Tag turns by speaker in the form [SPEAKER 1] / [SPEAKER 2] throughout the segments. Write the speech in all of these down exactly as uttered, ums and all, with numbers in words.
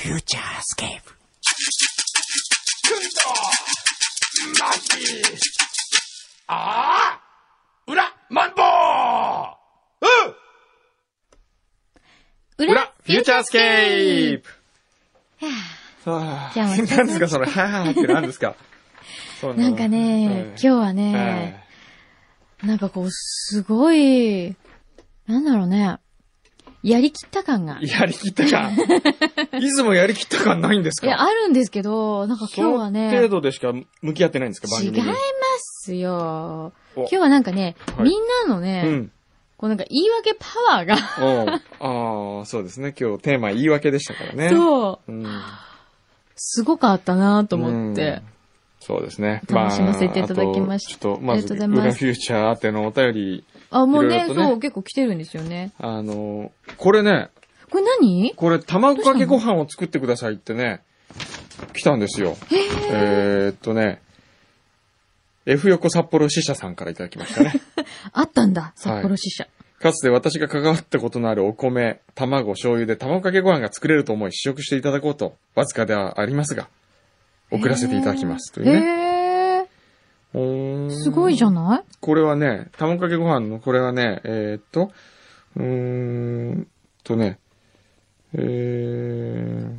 [SPEAKER 1] フューチャースケープ。
[SPEAKER 2] くんと、マキああ裏マンボウうん裏フューチャースケープはぁ、何ですかそれ、はぁって何ですか
[SPEAKER 3] なんかね、今日はね、なんかこう、すごい、なんだろうね、やりきった感が。
[SPEAKER 2] やりきった感いつもやりきった感ないんですか？
[SPEAKER 3] いや、あるんですけど、なんか今日はね。
[SPEAKER 2] その程度でしか向き合ってないんですか、番組に。
[SPEAKER 3] 違いますよ。今日はなんかね、はい、みんなのね、うん、こうなんか言い訳パワーが
[SPEAKER 2] ああ、そうですね。今日テーマ言い訳でしたからね。
[SPEAKER 3] そう。うん、すごかったなと思って。うん、
[SPEAKER 2] そうですね。
[SPEAKER 3] 楽しませていただきました。
[SPEAKER 2] ちょっと、まず、裏フューチャー宛てのお便り。
[SPEAKER 3] あ、もうね、そう、結構来てるんですよね。
[SPEAKER 2] あの、これね。
[SPEAKER 3] これ何？
[SPEAKER 2] これ、卵かけご飯を作ってくださいってね、来たんですよ。えーっとね、F 横札幌支社さんからいただきましたね。
[SPEAKER 3] あったんだ、札幌支社。はい、
[SPEAKER 2] かつて私が関わったことのあるお米、卵、醤油で卵かけご飯が作れると思い試食していただこうと、わずかではありますが、送らせていただきます。というね。
[SPEAKER 3] へー。すごいじゃない？
[SPEAKER 2] これはね、卵かけご飯の、これはね、えー、っと、うーんとね、えー、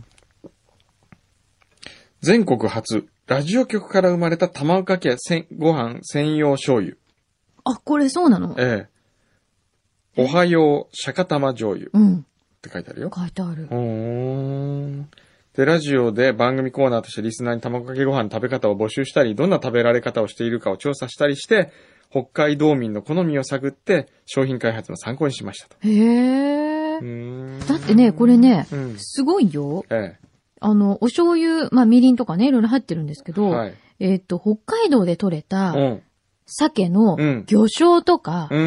[SPEAKER 2] 全国初、ラジオ局から生まれた卵かけご飯専用醤油。
[SPEAKER 3] あ、これそうなの？
[SPEAKER 2] ええ。おはよう、釈迦玉醤油。うん。って書いてあるよ。
[SPEAKER 3] 書いてある。
[SPEAKER 2] うーん。で、ラジオで番組コーナーとしてリスナーに卵かけご飯の食べ方を募集したり、どんな食べられ方をしているかを調査したりして、北海道民の好みを探って商品開発の参考にしましたと。
[SPEAKER 3] へー。うーんだってね、これね、うん、すごいよ。ええ。あの、お醤油、まあ、みりんとかね、いろいろ入ってるんですけど、はい、えっと、北海道で採れた、うん鮭の魚醤とか、うん、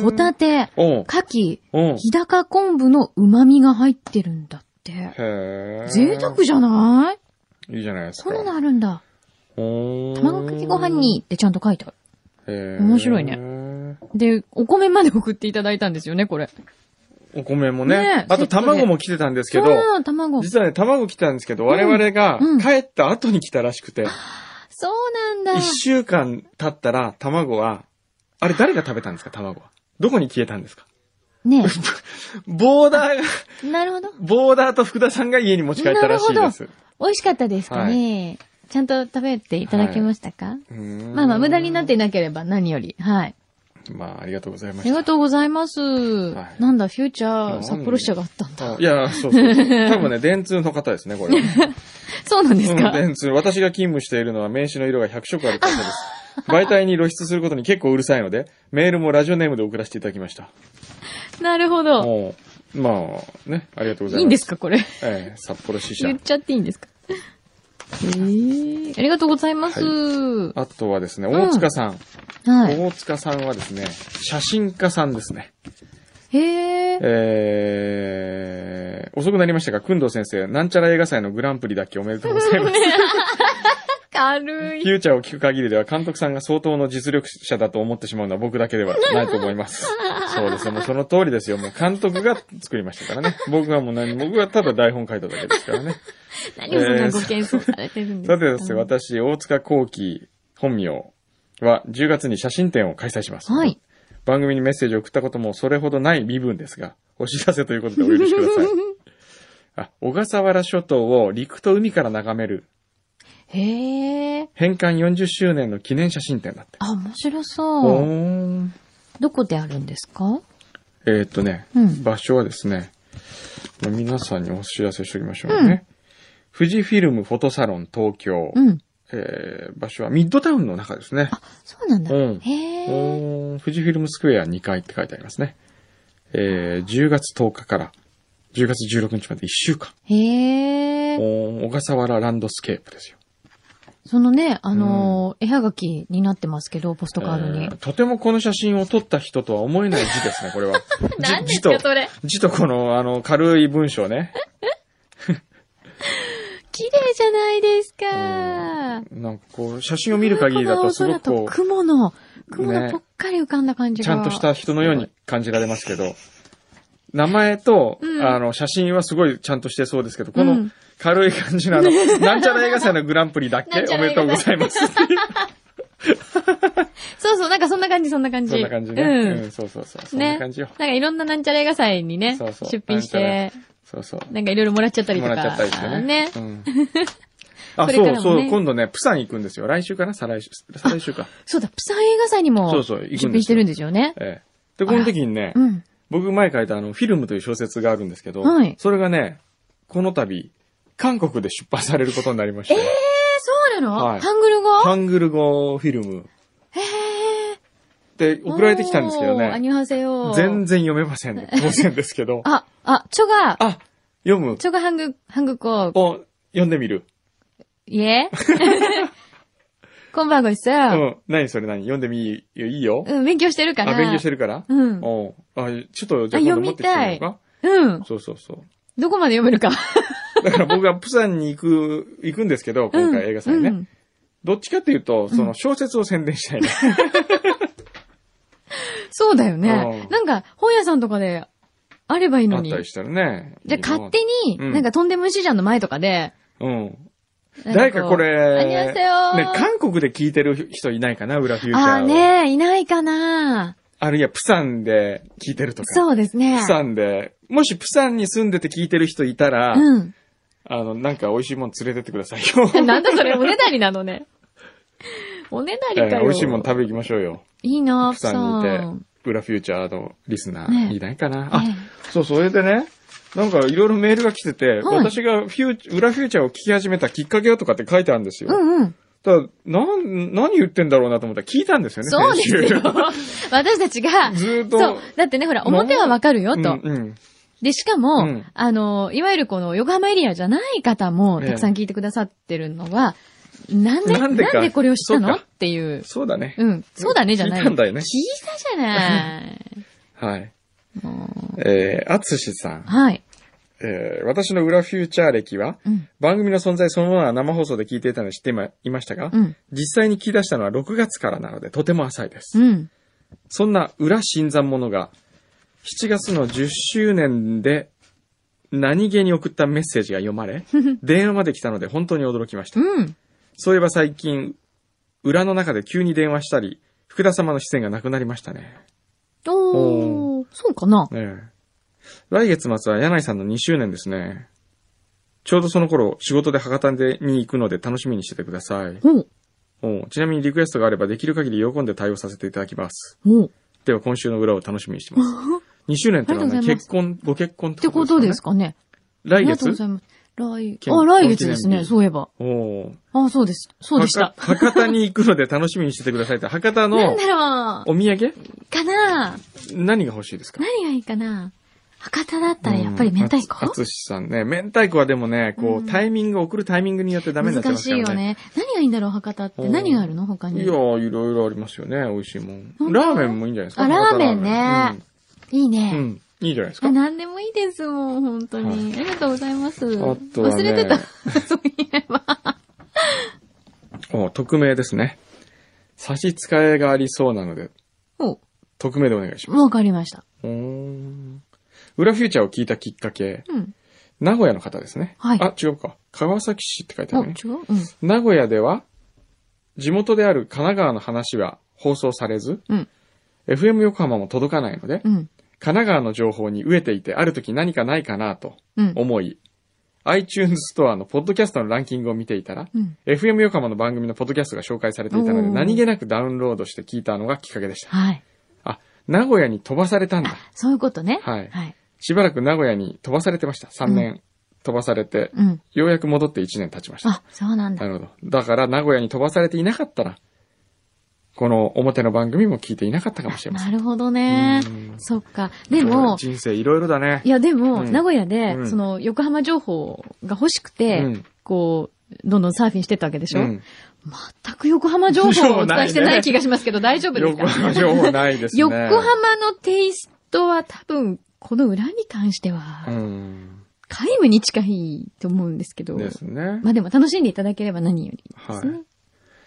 [SPEAKER 3] ホタテ、牡蠣、日高昆布の旨味が入ってるんだって。へー。贅沢じゃない？
[SPEAKER 2] いいじゃないですか。
[SPEAKER 3] こんなのあるんだ。卵かけご飯にってちゃんと書いてある。へー。面白いね。で、お米まで送っていただいたんですよね、これ。
[SPEAKER 2] お米もね。ねあと卵も来てたんですけど、
[SPEAKER 3] そう卵。
[SPEAKER 2] 実はね、卵来てたんですけど、我々が帰った後に来たらしくて。うんうん
[SPEAKER 3] そうなんだ。
[SPEAKER 2] 一週間経ったら、卵は、あれ誰が食べたんですか、卵は。どこに消えたんですか
[SPEAKER 3] ねえ。
[SPEAKER 2] ボーダーが、
[SPEAKER 3] なるほど。
[SPEAKER 2] ボーダーと福田さんが家に持ち帰ったらしいです。
[SPEAKER 3] 美味しかったですかね、はい、ちゃんと食べていただけましたか、はい、まあまあ、無駄になっていなければ何より。はい。
[SPEAKER 2] まあ、ありがとうございました。
[SPEAKER 3] ありがとうございます。はい、なんだ、フューチャー、札幌支社があったんだ。
[SPEAKER 2] いや、そうそう。多分ね、電通の方ですね、これ。
[SPEAKER 3] そうなんですか、
[SPEAKER 2] うん、電通。私が勤務しているのは名刺の色がひゃくしょくある会社です。媒体に露出することに結構うるさいので、メールもラジオネームで送らせていただきました。
[SPEAKER 3] なるほど。
[SPEAKER 2] もう、まあ、ね、ありがとうございます。
[SPEAKER 3] いいんですか、これ。
[SPEAKER 2] ええ、札幌支社。
[SPEAKER 3] 言っちゃっていいんですか。えー、ありがとうございます。はい、
[SPEAKER 2] あとはですね、大塚さん。うん、はい。大塚さんはですね、写真家さんですね。
[SPEAKER 3] へー。
[SPEAKER 2] えー、遅くなりましたが、くんどう先生、なんちゃら映画祭のグランプリだっけおめでとうございます。
[SPEAKER 3] 軽い。
[SPEAKER 2] フューチャーを聞く限りでは監督さんが相当の実力者だと思ってしまうのは僕だけではないと思います。そうですね。もうその通りですよ。もう監督が作りましたからね。僕はもう何、僕はただ台本書いただけですからね。
[SPEAKER 3] 何をそんなご謙遜されてるんですか、
[SPEAKER 2] さてですね、私、大塚幸喜本名はじゅうがつに写真展を開催します。はい。番組にメッセージを送ったこともそれほどない身分ですが、お知らせということでお許しください。あ、小笠原諸島を陸と海から眺める。
[SPEAKER 3] へー。
[SPEAKER 2] 返還よんじゅっしゅうねんの記念写真展だって。
[SPEAKER 3] あ、面白そう。どこであるんですか？
[SPEAKER 2] えー、っとね、うん、場所はですね、皆さんにお知らせしておきましょうね。うん、富士フィルムフォトサロン東京。うんえー、場所はミッドタウンの中ですね。
[SPEAKER 3] あ、そうなんだ。うん、へ
[SPEAKER 2] ー。富士フィルムスクエアにかいって書いてありますね。えー、じゅうがつとおかからじゅうがつじゅうろくにちまでいっしゅうかん。
[SPEAKER 3] へー。
[SPEAKER 2] 小笠原ランドスケープですよ。
[SPEAKER 3] そのね、あのーうん、絵はがきになってますけど、ポストカードに、えー。
[SPEAKER 2] とてもこの写真を撮った人とは思えない字ですね、これは。
[SPEAKER 3] 何ですか、それ。
[SPEAKER 2] 字とこの、あの、軽い文章ね。
[SPEAKER 3] 綺麗じゃないですか。
[SPEAKER 2] なんかこう、写真を見る限りだとすごくこう。
[SPEAKER 3] 雲の、雲がぽっかり浮かんだ感じが、
[SPEAKER 2] ね。ちゃんとした人のように感じられますけど、 名前と、うん、あの、写真はすごいちゃんとしてそうですけど、この軽い感じのあの、なんちゃら映画祭のグランプリだっけおめでとうございます。
[SPEAKER 3] そうそう、なんかそんな感じ、そんな感じ。
[SPEAKER 2] そんな感じね。うん、うん、そうそうそう。そんな感じよ。
[SPEAKER 3] ね、なんかいろんななんちゃら映画祭にね、そうそう出品して、そうそう。なんかいろいろもらっちゃったりとか。
[SPEAKER 2] もらっちゃったりしてね。ね。うん、あ、ね、そうそう、今度ね、プサン行くんですよ。来週かな再来週、再来週か。
[SPEAKER 3] そうだ、プサン映画祭にも出品してるんですよね。
[SPEAKER 2] ええ。で、この時にね、うん、僕前書いたあの、フィルムという小説があるんですけど、はい、それがね、この度、韓国で出版されることになりました。
[SPEAKER 3] ええー、そうなの、はい、ハングル語
[SPEAKER 2] ハングル語フィルム。
[SPEAKER 3] へ
[SPEAKER 2] え。で、送られてきたんですけどね。
[SPEAKER 3] アニュハセヨ。
[SPEAKER 2] 全然読めませんね。当然ですけど。
[SPEAKER 3] あ、あ、チョが。
[SPEAKER 2] あ、読む。
[SPEAKER 3] チョがハング、ハング語。
[SPEAKER 2] を読んでみる。
[SPEAKER 3] いえこんばんはごさ。
[SPEAKER 2] うん。何それ何読んでみいいよ。いいよ。
[SPEAKER 3] うん、勉強してるから。
[SPEAKER 2] あ、勉強してるからうん。おあ、ちょっと、じゃあ今度持ってきてみようか。
[SPEAKER 3] うん。
[SPEAKER 2] そうそうそう。
[SPEAKER 3] どこまで読めるか。
[SPEAKER 2] だから僕はプサンに行く、行くんですけど、今回映画祭ね。うんうん、どっちかっていうと、その小説を宣伝したいね。
[SPEAKER 3] そうだよね。なんか、本屋さんとかであればいいのに。
[SPEAKER 2] あったりしたらね。
[SPEAKER 3] じゃあ勝手に、なんかとんでもしじゃんの前とかで。
[SPEAKER 2] うん。誰かこれ、ね、韓国で聞いてる人いないかな裏フューチャーを。
[SPEAKER 3] あねいないかな
[SPEAKER 2] あるいはプサンで聞いてるとか。
[SPEAKER 3] そうですね。
[SPEAKER 2] プサンで、もしプサンに住んでて聞いてる人いたら、うん。あの、なんか美味しいもん連れてってくださいよ。
[SPEAKER 3] なんだそれ、おねだりなのね。おねだりかよ。
[SPEAKER 2] 美味しいもん食べ行きましょうよ。
[SPEAKER 3] いいな
[SPEAKER 2] プサンにいて、裏フューチャーのリスナーいないかな。ね、あ、ね、そう、それでね、なんかいろいろメールが来てて、はい、私がフュー、裏フューチャーを聞き始めたきっかけとかって書いてあるんですよ。
[SPEAKER 3] うんうん。
[SPEAKER 2] ただ、なん、何言ってんだろうなと思ったら聞いたんですよね。
[SPEAKER 3] そうですよ。私たちが。
[SPEAKER 2] ずっと。
[SPEAKER 3] そう。だってね、ほら、表はわかるよと。
[SPEAKER 2] うん、うん。
[SPEAKER 3] で、しかも、うん、あの、いわゆるこの横浜エリアじゃない方もたくさん聞いてくださってるのは、ええ、なんで、なんで、なんでこれを知ったのっていう。
[SPEAKER 2] そうだね。
[SPEAKER 3] うん。そうだねじゃない。
[SPEAKER 2] 聞いたんだよね。
[SPEAKER 3] 聞いたじゃない。
[SPEAKER 2] はい。えー、あつしさん。
[SPEAKER 3] はい。
[SPEAKER 2] えー、私の裏フューチャー歴は、うん、番組の存在そのものは生放送で聞いていたのを知っていましたが、うん、実際に聞き出したのはろくがつからなのでとても浅いです。うん、そんな裏新参者がしちがつのじゅっしゅうねんで何気に送ったメッセージが読まれ、電話まで来たので本当に驚きました。うん、そういえば最近、裏の中で急に電話したり、福田様の出演がなくなりましたね。
[SPEAKER 3] おー、そうかな。
[SPEAKER 2] ねえ来月末は柳井さんのにしゅうねんですね。ちょうどその頃、仕事で博多に行くので楽しみにしててください。うんおちなみにリクエストがあればできる限り喜んで対応させていただきます。では今週の裏を楽しみにしてます。にしゅうねんってのはね、結婚、ご結婚
[SPEAKER 3] ってことですかね。
[SPEAKER 2] 来月
[SPEAKER 3] 来、あ、来月ですね、そういえば。
[SPEAKER 2] お
[SPEAKER 3] あ、そうです。そうでした。
[SPEAKER 2] 博多に行くので楽しみにしててくださいって、博多の、
[SPEAKER 3] なんだろ
[SPEAKER 2] う。お土産
[SPEAKER 3] かな
[SPEAKER 2] 何が欲しいですか？
[SPEAKER 3] 何がいいかな博多だったらやっぱり明太子？
[SPEAKER 2] あつしさんね。明太子はでもね、こう、うん、タイミング、送るタイミングによってダメになっちゃいますからね。
[SPEAKER 3] 難しいよね。何がいいんだろう、博多って。何があるの他に。
[SPEAKER 2] いや、いろいろありますよね。美味しいもん。ラーメンもいいんじゃないですか？
[SPEAKER 3] あ、ラーメンね。うん、いいね。
[SPEAKER 2] うん。いいじゃないですか。
[SPEAKER 3] 何でもいいですもん、本当に。はい、ありがとうございます。
[SPEAKER 2] あとはね、
[SPEAKER 3] 忘れてた。そういえば。
[SPEAKER 2] お、匿名ですね。差し支えがありそうなので、
[SPEAKER 3] お
[SPEAKER 2] 匿名でお願いします。
[SPEAKER 3] わかりました。
[SPEAKER 2] うーん。裏フューチャーを聞いたきっかけ、うん、名古屋の方ですね。
[SPEAKER 3] はい。
[SPEAKER 2] あ、違うか。川崎市って書いてあるね。
[SPEAKER 3] 違う、うん、
[SPEAKER 2] 名古屋では、地元である神奈川の話は放送されず、うん、エフエム 横浜も届かないので、うん、神奈川の情報に飢えていて、ある時何かないかなと思い、うん、iTunes ストアのポッドキャストのランキングを見ていたら、うん、エフエム 横浜の番組のポッドキャストが紹介されていたので、何気なくダウンロードして聞いたのがきっかけでした。
[SPEAKER 3] はい。
[SPEAKER 2] あ、名古屋に飛ばされたんだ。
[SPEAKER 3] そういうことね。
[SPEAKER 2] はい。はい、しばらく名古屋に飛ばされてました。さんねん飛ばされて、うん、ようやく戻っていちねん経ちました。
[SPEAKER 3] あ、そうなんだ。
[SPEAKER 2] なるほど。だから名古屋に飛ばされていなかったら、この表の番組も聞いていなかったかもしれません。
[SPEAKER 3] なるほどね。そっか。でも、
[SPEAKER 2] 人生いろいろだね。
[SPEAKER 3] いやでも、うん、名古屋で、うん、その横浜情報が欲しくて、うん、こう、どんどんサーフィンしてったわけでしょ、うん、全く横浜情報をお伝えしてない気がしますけど、大丈夫ですか？
[SPEAKER 2] 横浜情報ないですね。
[SPEAKER 3] 横浜のテイストは多分、この裏に関しては、うん皆無に近いと思うんですけど。
[SPEAKER 2] ですね。
[SPEAKER 3] まあでも楽しんでいただければ何よりですね。はい。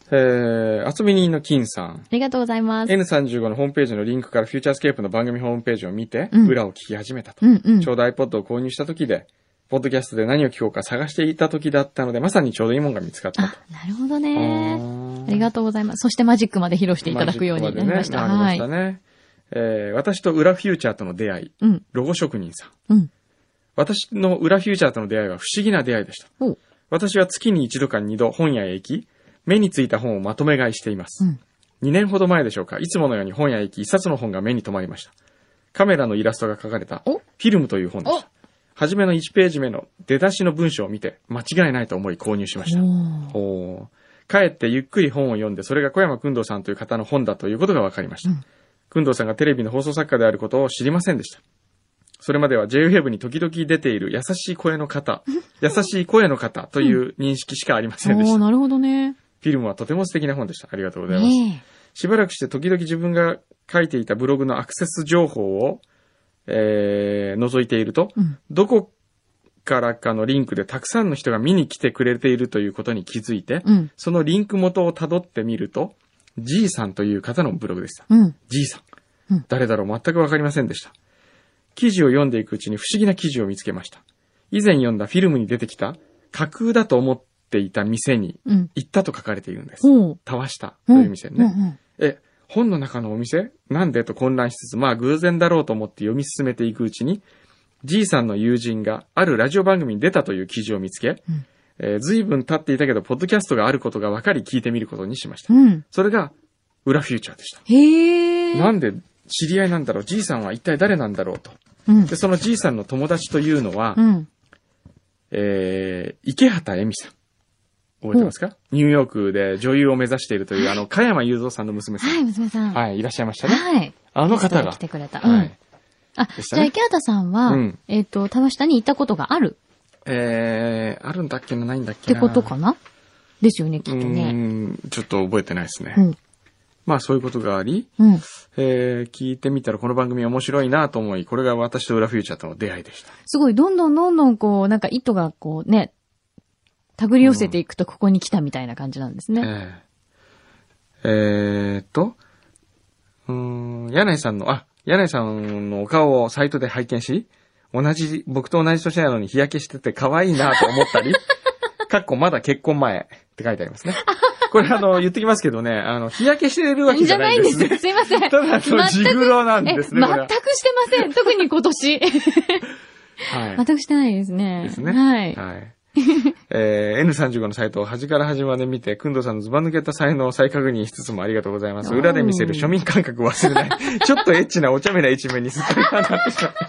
[SPEAKER 2] えー、遊び人の金さん。あ
[SPEAKER 3] りがとうございます。
[SPEAKER 2] エヌさんじゅうご のホームページのリンクからフューチャースケープの番組ホームページを見て、うん、裏を聞き始めたと。うんうん、ちょうど iPod を購入した時で、ポッドキャストで何を聞こうか探していた時だったので、まさにちょうどいいものが見つかったと。
[SPEAKER 3] あ、なるほどね。ありがとうございます。そしてマジックまで披露していただくようになりました。
[SPEAKER 2] マジックまでね、なりましたね。はい、えー、私と裏フューチャーとの出会い、うん、ロゴ職人さん。うん、私の裏フューチャーとの出会いは不思議な出会いでした。私は月に一度か二度本屋へ行き、目についた本をまとめ買いしています。うん、にねんほど前でしょうか、いつものように本屋へ行き、一冊の本が目に留まりました。カメラのイラストが描かれたフィルムという本でした。はじめのいちページ目の出だしの文章を見て、間違いないと思い購入しました。お帰ってゆっくり本を読んで、それが小山君堂さんという方の本だということが分かりました。うん、君堂さんがテレビの放送作家であることを知りませんでした。それまでは ジェイウェーブ に時々出ている優しい声の方、優しい声の方という認識しかありませんでした。
[SPEAKER 3] うん、なるほどね。
[SPEAKER 2] フィルムはとても素敵な本でした。ありがとうございます。ね、しばらくして時々自分が書いていたブログのアクセス情報を、えー、覗いていると、うん、どこからかのリンクでたくさんの人が見に来てくれているということに気づいて、うん、そのリンク元を辿ってみると、G さんという方のブログでした。うん、G さん、うん。誰だろう、全くわかりませんでした。記事を読んでいくうちに不思議な記事を見つけました。以前読んだフィルムに出てきた架空だと思っていた店に行ったと書かれているんです。うん、たわしたという店ね。うんうんうん、え、本の中のお店なんでと混乱しつつ、まあ偶然だろうと思って読み進めていくうちに、G さんの友人があるラジオ番組に出たという記事を見つけ、うん、えー、随分経っていたけど、ポッドキャストがあることが分かり聞いてみることにしました。うん、それが、裏フューチャーでした。へー。なんで知り合いなんだろう ?G さんは一体誰なんだろうと。うん、で、その G さんの友達というのは、うん、えー、池畑恵美さん。覚えてますか？ニューヨークで女優を目指しているという、はい、あの、加山雄三さんの娘さん。
[SPEAKER 3] はい、娘さん。
[SPEAKER 2] はい、いらっしゃいましたね。
[SPEAKER 3] はい。
[SPEAKER 2] あの方が。
[SPEAKER 3] 来てくれた。うん、はい。あ、ね、じゃあ池畑さんは、うん、えっと、田下に行ったことがある？
[SPEAKER 2] えー、あるんだっけな、ないんだっけ
[SPEAKER 3] な。ってことかな？ですよね、きっとね。
[SPEAKER 2] うん、ちょっと覚えてないですね。うん、まあ、そういうことがあり、うん、えー、聞いてみたらこの番組面白いなと思い、これが私と裏フューチャーとの出会いでした。
[SPEAKER 3] すごい、どんどんどんどんこう、なんか糸がこうね、手繰り寄せていくとここに来たみたいな感じなんですね。うん、えー、
[SPEAKER 2] えーっと、うーん、柳井さんの、あ、柳井さんのお顔をサイトで拝見し、同じ、僕と同じ年なのに日焼けしてて可愛いなと思ったり、かっこまだ結婚前って書いてありますね。これあの、言ってきますけどね、あの、日焼けしてるわけじゃないんですね。じゃないんです。すいません。ただ、その、地黒なんですね。
[SPEAKER 3] 全くしてません。特に今年。はい。全くしてないですね。ですね。はい。はい。
[SPEAKER 2] えー、エヌさんじゅうご のサイトを端から端まで見て、くんどうさんのズバ抜けた才能を再確認しつつもありがとうございます。裏で見せる庶民感覚忘れない。ちょっとエッチなお茶目な一面にすっかりハマってしまった。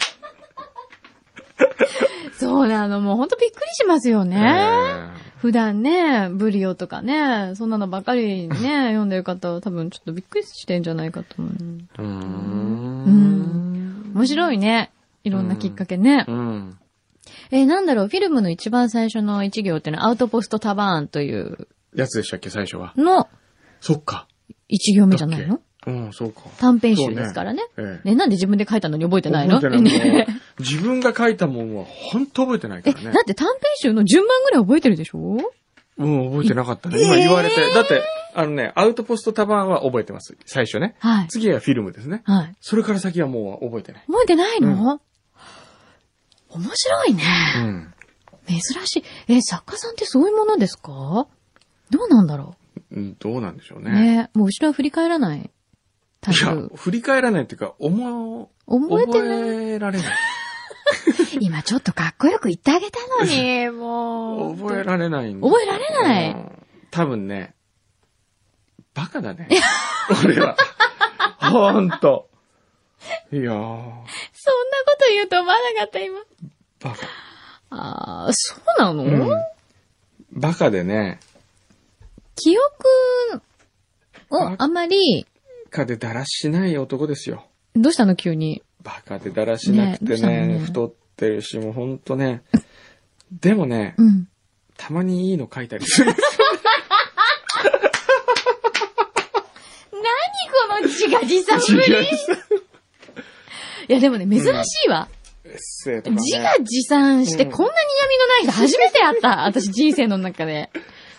[SPEAKER 3] そうなの、もうほんとびっくりしますよね。えー、普段ね、ブリオとかね、そんなのばかりね、読んでる方は多分ちょっとびっくりしてんじゃないかと思う。うーん。うん。面白いね。いろんなきっかけね。うん。うんえー、なんだろう、フィルムの一番最初の一行っていうのはアウトポストタバーンという。
[SPEAKER 2] やつでしたっけ、最初は。
[SPEAKER 3] の。
[SPEAKER 2] そっか。
[SPEAKER 3] 一行目じゃないの？
[SPEAKER 2] うん、そうか。
[SPEAKER 3] 短編集ですからね。ね, ええね、なんで自分で書いたのに覚えてないの？覚えてないの
[SPEAKER 2] 自分が書いたもんは本当覚えてないからね。
[SPEAKER 3] え、だって短編集の順番ぐらい覚えてるでしょ？
[SPEAKER 2] うん、覚えてなかったね。今言われて。えー、だって、あのね、アウトポストタバーンは覚えてます。最初ね。はい。次はフィルムですね。はい。それから先はもう覚えてない。
[SPEAKER 3] 覚えてないの？うん、面白いね。うん。珍しい。え、作家さんってそういうものですか？どうなんだろ
[SPEAKER 2] う？うん、どうなんでしょうね。
[SPEAKER 3] ね、もう後ろは振り返らない。
[SPEAKER 2] いや、振り返らないっていうか、思う、覚えてない。覚えられない。
[SPEAKER 3] 今ちょっとかっこよく言ってあげたのに、もう。
[SPEAKER 2] 覚えられないん
[SPEAKER 3] だ。覚えられない、うん、
[SPEAKER 2] 多分ね、バカだね。俺は。ほんと。いやー。そんな
[SPEAKER 3] こと言うと思わなかった、今。
[SPEAKER 2] バカ。
[SPEAKER 3] あー、そうなの、うん、
[SPEAKER 2] バカでね。
[SPEAKER 3] 記憶をあんまり。
[SPEAKER 2] バカでだらしない男ですよ。
[SPEAKER 3] どうしたの急に。
[SPEAKER 2] バカでだらしなくてね、ね太ってるし、もうほんとね。でもね、うん、たまにいいの書いたりするんですよ。
[SPEAKER 3] 何この自画自賛ぶり。いやでもね、珍しいわ。うん、エッセイとかね、自画自賛してこんなに闇のない人初めて会った。私人生の中で。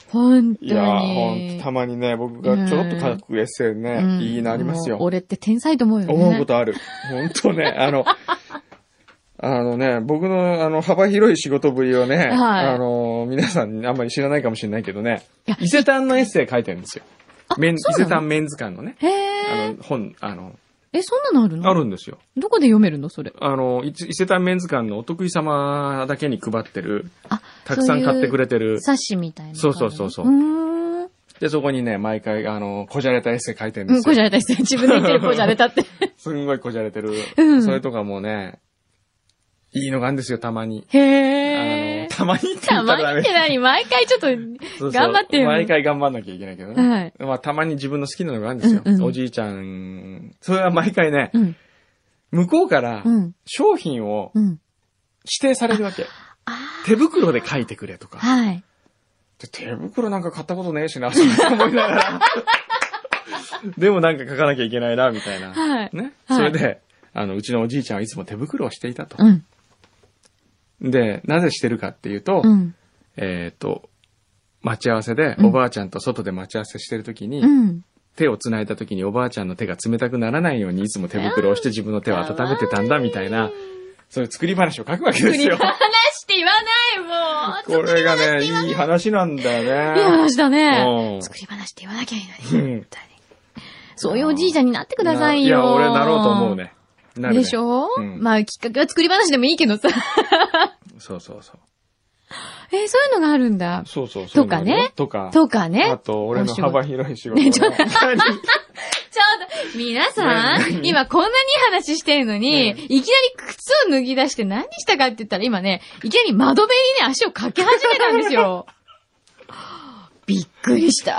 [SPEAKER 3] 本当に。いや、
[SPEAKER 2] ほんとたまにね、僕がちょろっと書くエッセイね、うん、いいのありますよ。
[SPEAKER 3] 俺って天才と思うよね。
[SPEAKER 2] 思うことある。本当ね、あの、あのね、僕のあの幅広い仕事ぶりをね、はい、あの、皆さんあんまり知らないかもしれないけどね、伊勢丹のエッセイ書いてるんですよ。伊勢丹メンズ館のね。
[SPEAKER 3] へ
[SPEAKER 2] あの、本、あの、
[SPEAKER 3] え、そんなのあるの？
[SPEAKER 2] あるんですよ。
[SPEAKER 3] どこで読めるのそれ。
[SPEAKER 2] あの、伊勢丹メンズ館のお得意様だけに配ってる、あ、たくさん買ってくれてる。
[SPEAKER 3] 冊子みたいな。
[SPEAKER 2] そうそうそうそう。うで、そこにね、毎回、あの、こじゃれたエッセイ書いてるんですよ。
[SPEAKER 3] うん、こじゃれたエッセイ。自分で言ってるこじゃれたって。
[SPEAKER 2] すんごいこじゃれてる。うん、それとかもね、いいのがあるんですよ、たまに。
[SPEAKER 3] へー。
[SPEAKER 2] あの、たまにって言ったら、ね、
[SPEAKER 3] たまにって何？毎回ちょっと、頑張ってよ。
[SPEAKER 2] 毎回頑張んなきゃいけないけどね。はい。まあ、たまに自分の好きなのがあるんですよ。うんうん、おじいちゃん。それは毎回ね、うん、向こうから、商品を指定されるわけ。うん、手袋で書いてくれとか。
[SPEAKER 3] はい。
[SPEAKER 2] で手袋なんか買ったことねえしな、そう思いながら。でもなんか書かなきゃいけないな、みたいな。はい。ね。それで、はい、あの、うちのおじいちゃんはいつも手袋をしていたと。うん。で、なぜしてるかっていうと、うん、えっと、待ち合わせで、おばあちゃんと外で待ち合わせしてるときに、うん、手を繋いだときにおばあちゃんの手が冷たくならないようにいつも手袋をして自分の手を温めてたんだみたいな、そういう作り話を書くわけですよ。
[SPEAKER 3] 作り話って言わないも
[SPEAKER 2] ん。これがね、いい話なんだよね。
[SPEAKER 3] いい話だね。作り話って言わなきゃいいのに。うん、そういうおじいちゃんになってくださいよ。
[SPEAKER 2] いや、俺なろうと思うね。
[SPEAKER 3] なるね。でしょ、うん、まあ、きっかけは作り話でもいいけどさ。
[SPEAKER 2] そうそうそう。
[SPEAKER 3] えー、そういうのがあるんだ。
[SPEAKER 2] そうそうそう。
[SPEAKER 3] とかね。
[SPEAKER 2] とか。
[SPEAKER 3] とかね。
[SPEAKER 2] あと、俺の幅広い仕事。
[SPEAKER 3] ね、ちょっと、ちょっと、皆さん、今こんなに話してるのに、いきなり靴を脱ぎ出して何したかって言ったら今ね、いきなり窓辺にね、足をかけ始めたんですよ。びっくりした。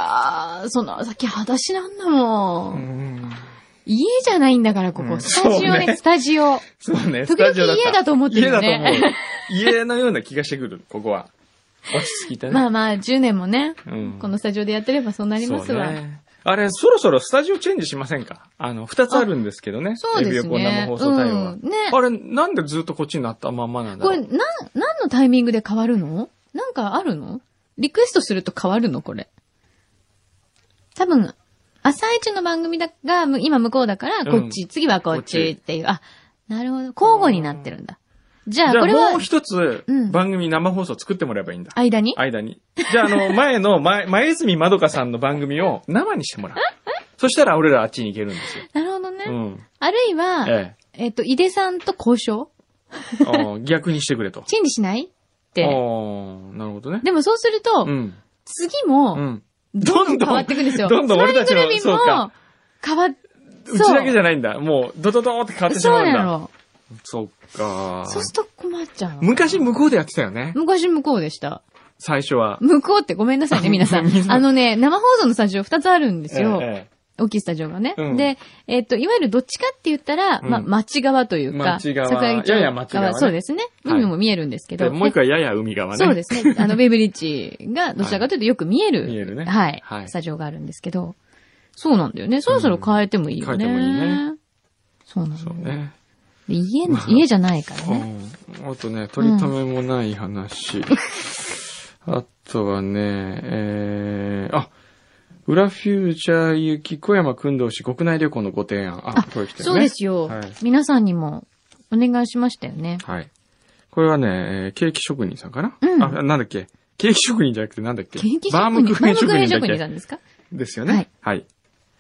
[SPEAKER 3] その先裸足なんだもん。うん家じゃないんだから、ここ。うん、スタジオね、ねスタジオ。
[SPEAKER 2] そうね、
[SPEAKER 3] 時々家だと思ってるよね。
[SPEAKER 2] 家だと思う。家のような気がしてくる、ここは。落ち着いたね。
[SPEAKER 3] まあまあ、じゅうねんもね、うん、このスタジオでやってればそうなりますわ。
[SPEAKER 2] ね、あれ、そろそろスタジオチェンジしませんか？あの、二つあるんですけどね。
[SPEAKER 3] そうですね。
[SPEAKER 2] エビオコ生放送対応は、うん。ね。あれ、なんでずっとこっちになったまんまなんだろう？
[SPEAKER 3] これ、なん、何のタイミングで変わるの？なんかあるの？リクエストすると変わるのこれ。多分、朝一の番組だが、今向こうだから、こっち、うん、次はこっちっていう。あ、なるほど。交互になってるんだ。じゃあ、これは。
[SPEAKER 2] じゃあもう一つ、番組生放送作ってもらえばいいんだ。
[SPEAKER 3] うん、間に
[SPEAKER 2] 間に。じゃあ、あの、前の、前、前泉まどかさんの番組を生にしてもらう。そしたら俺らあっちに行けるんですよ。
[SPEAKER 3] なるほどね。うん。あるいは、えええっと、井出さんと交渉
[SPEAKER 2] あ逆にしてくれと。
[SPEAKER 3] チェンジしないって。
[SPEAKER 2] ああ、なるほどね。
[SPEAKER 3] でもそうすると、うん、次も、うんどんどん変わっていくんですよ。
[SPEAKER 2] どんどん俺たちの、そうか。
[SPEAKER 3] 変わっ、
[SPEAKER 2] うちだけじゃないんだ。もう、ドドドーって変わってしまうんだ。そうやろ。そっか。
[SPEAKER 3] そうすると困っちゃう。
[SPEAKER 2] 昔向こうでやってたよね。
[SPEAKER 3] 昔向こうでした。
[SPEAKER 2] 最初は。
[SPEAKER 3] 向こうってごめんなさいね、皆さん。あのね、生放送のスタジオ二つあるんですよ。ええ大きいスタジオがね。うん、で、えっ、ー、と、いわゆるどっちかって言ったら、うん、まあ、町側というか、
[SPEAKER 2] 町側。やや町側、ね。
[SPEAKER 3] そうですね。海も見えるんですけど。はい、
[SPEAKER 2] もう一個はやや海側ね。
[SPEAKER 3] そうですね。あの、ベイブリッジがどちらかというとよく見える。
[SPEAKER 2] 見えるね。
[SPEAKER 3] はい。はい、スタジオがあるんですけど。そうなんだよね。そろそろ変えてもいいよね。
[SPEAKER 2] 変えてもいいね。
[SPEAKER 3] そうなんだよ。
[SPEAKER 2] そうね。
[SPEAKER 3] 家、家じゃないからね。
[SPEAKER 2] あとね、取り留めもない話。うん、あとはね、えー、あ、裏フューチャー行き小山君同士国内旅行のご提案。あ、これ来てるね。
[SPEAKER 3] そうですよ、はい。皆さんにもお願いしましたよね。
[SPEAKER 2] はい。これはね、ケーキ職人さんかな、うん、あ、なんだっけケーキ職人じゃなくてなんだっけ
[SPEAKER 3] ケーキ職人
[SPEAKER 2] バームクーヘン職人だっけ
[SPEAKER 3] 職人さんですか
[SPEAKER 2] ですよね。はい。はい。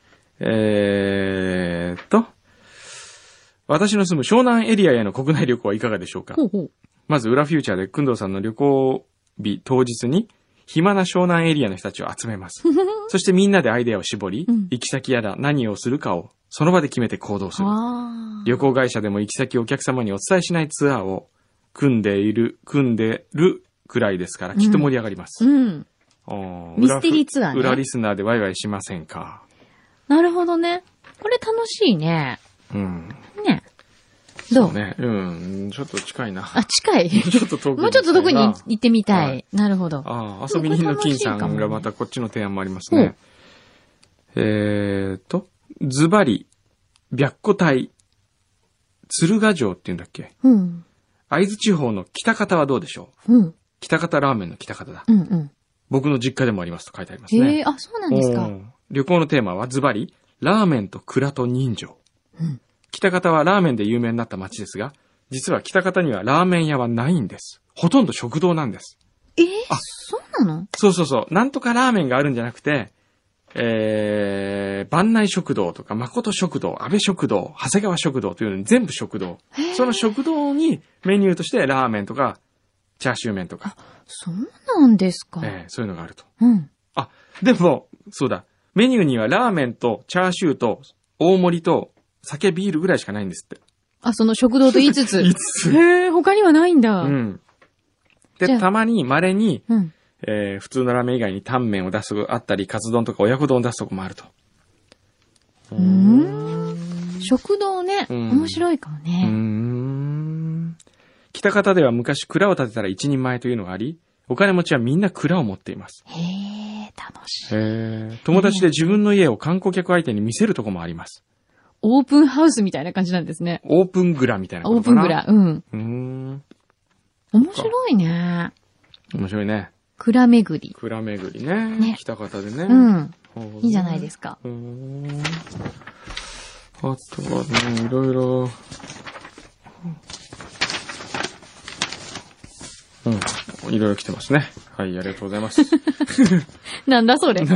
[SPEAKER 2] えーっと、私の住む湘南エリアへの国内旅行はいかがでしょうか。ほうほうまず裏フューチャーで君堂さんの旅行日当日に、暇な湘南エリアの人たちを集めます。そしてみんなでアイデアを絞り、うん、行き先やら何をするかをその場で決めて行動する。旅行会社でも行き先をお客様にお伝えしないツアーを組んでいる、組んでるくらいですから、きっと盛り上がります。
[SPEAKER 3] うんうん、ミステリーツアーね。
[SPEAKER 2] 裏リスナーでワイワイしませんか。
[SPEAKER 3] なるほどね。これ楽しいね。
[SPEAKER 2] うん。
[SPEAKER 3] ね。どう？
[SPEAKER 2] そうね。うん。ちょっと近いな。
[SPEAKER 3] あ、近い。
[SPEAKER 2] ちょっと遠くに。
[SPEAKER 3] もうちょっと遠くに行ってみたい。はい、なるほど。
[SPEAKER 2] ああ、遊び人の金さんがまたこっちの提案もありますね。えーと、ズバリ、白虎隊、鶴ヶ城って言うんだっけ？うん。会津地方の北方はどうでしょう？うん。北方ラーメンの北方だ。
[SPEAKER 3] うんうん。
[SPEAKER 2] 僕の実家でもありますと書いてありますね。
[SPEAKER 3] えー、あ、そうなんですか。
[SPEAKER 2] 旅行のテーマはズバリ、ラーメンと蔵と人情。うん、北方はラーメンで有名になった町ですが、実は北方にはラーメン屋はないんです。ほとんど食堂なんです。
[SPEAKER 3] えー、あ、そうなの？
[SPEAKER 2] そうそうそう。なんとかラーメンがあるんじゃなくて、えー、万内食堂とか、誠食堂、安倍食堂、長谷川食堂というのに全部食堂。その食堂にメニューとしてラーメンとか、チャーシュー麺とか。
[SPEAKER 3] あ、そうなんですか。
[SPEAKER 2] えー、そういうのがあると。
[SPEAKER 3] うん。
[SPEAKER 2] あ、でも、そうだ。メニューにはラーメンとチャーシューと大盛りと酒ビールぐらいしかないんですって。
[SPEAKER 3] あ、その食堂と言いつつ。
[SPEAKER 2] 言いつつ。
[SPEAKER 3] へー、他にはないんだ。
[SPEAKER 2] うん。で、たまに稀に、
[SPEAKER 3] うん、
[SPEAKER 2] えー、普通のラーメン以外にタンメンを出すとこあったり、カツ丼とか親子丼を出すとこもあると。
[SPEAKER 3] うーん。食堂ね、面白いかもね。
[SPEAKER 2] うーん。北方では昔蔵を建てたら一人前というのがあり、お金持ちはみんな蔵を持っています。
[SPEAKER 3] へー、楽しい。
[SPEAKER 2] へー。友達で自分の家を観光客相手に見せるとこもあります。
[SPEAKER 3] オープンハウスみたいな感じなんですね。
[SPEAKER 2] オープン蔵みたいなことかな。
[SPEAKER 3] オープン蔵、うん。
[SPEAKER 2] うーん。
[SPEAKER 3] 面白いね。
[SPEAKER 2] 面白いね。
[SPEAKER 3] 蔵巡り。
[SPEAKER 2] 蔵巡りね。ね。北方でね。
[SPEAKER 3] うん。いいじゃないですか。
[SPEAKER 2] うーん。あとはね、いろいろ。うん。いろいろ来てますね。はい、ありがとうございます。
[SPEAKER 3] なんだそれ。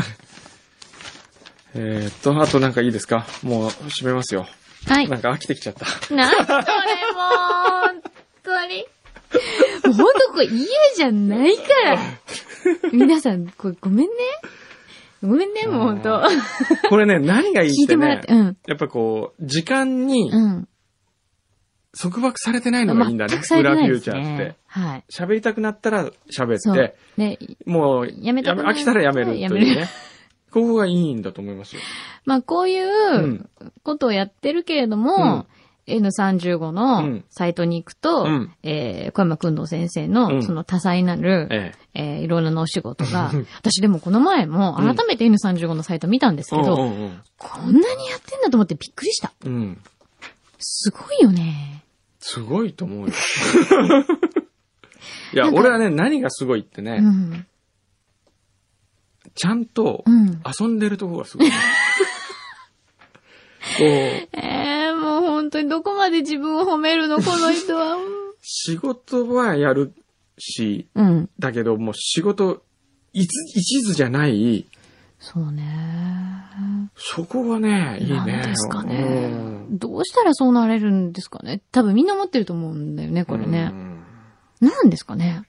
[SPEAKER 2] えっと、あとなんかいいですか？もう閉めますよ。
[SPEAKER 3] はい。
[SPEAKER 2] なんか飽きてきちゃった。
[SPEAKER 3] なんそれもう、本当に。もうほんとこれ家じゃないから。皆さん、これごめんね。ごめんね、もうほんと。
[SPEAKER 2] これね、何がいいってね。聞いてもらって、うん。やっぱこう、時間に、うん。束縛されてないのがいいんだね。裏フューチャーって。はい。喋りたくなったら喋って、ね、もう、やめたく飽きたらやめるというね。ここがいいんだと思いますよ。まあ、こういうことをやってるけれども、うん、エヌさんじゅうご のサイトに行くと、うん、えー、小山くんの先生のその多彩なる、うん、ええー、いろいろなお仕事が、私でもこの前も改めて エヌさんじゅうご のサイト見たんですけど、うん、こんなにやってんだと思ってびっくりした。うん、すごいよね。すごいと思うよ。いや、俺はね、何がすごいってね、うん、ちゃんと遊んでるとこがすごい、ね。こうえー、もう本当にどこまで自分を褒めるの、この人は。仕事はやるし、うん、だけどもう仕事、いつ、一途じゃない。そうね。そこがね、いいね。なんですかね。どうしたらそうなれるんですかね。多分みんな思ってると思うんだよね、これね。なんですかね。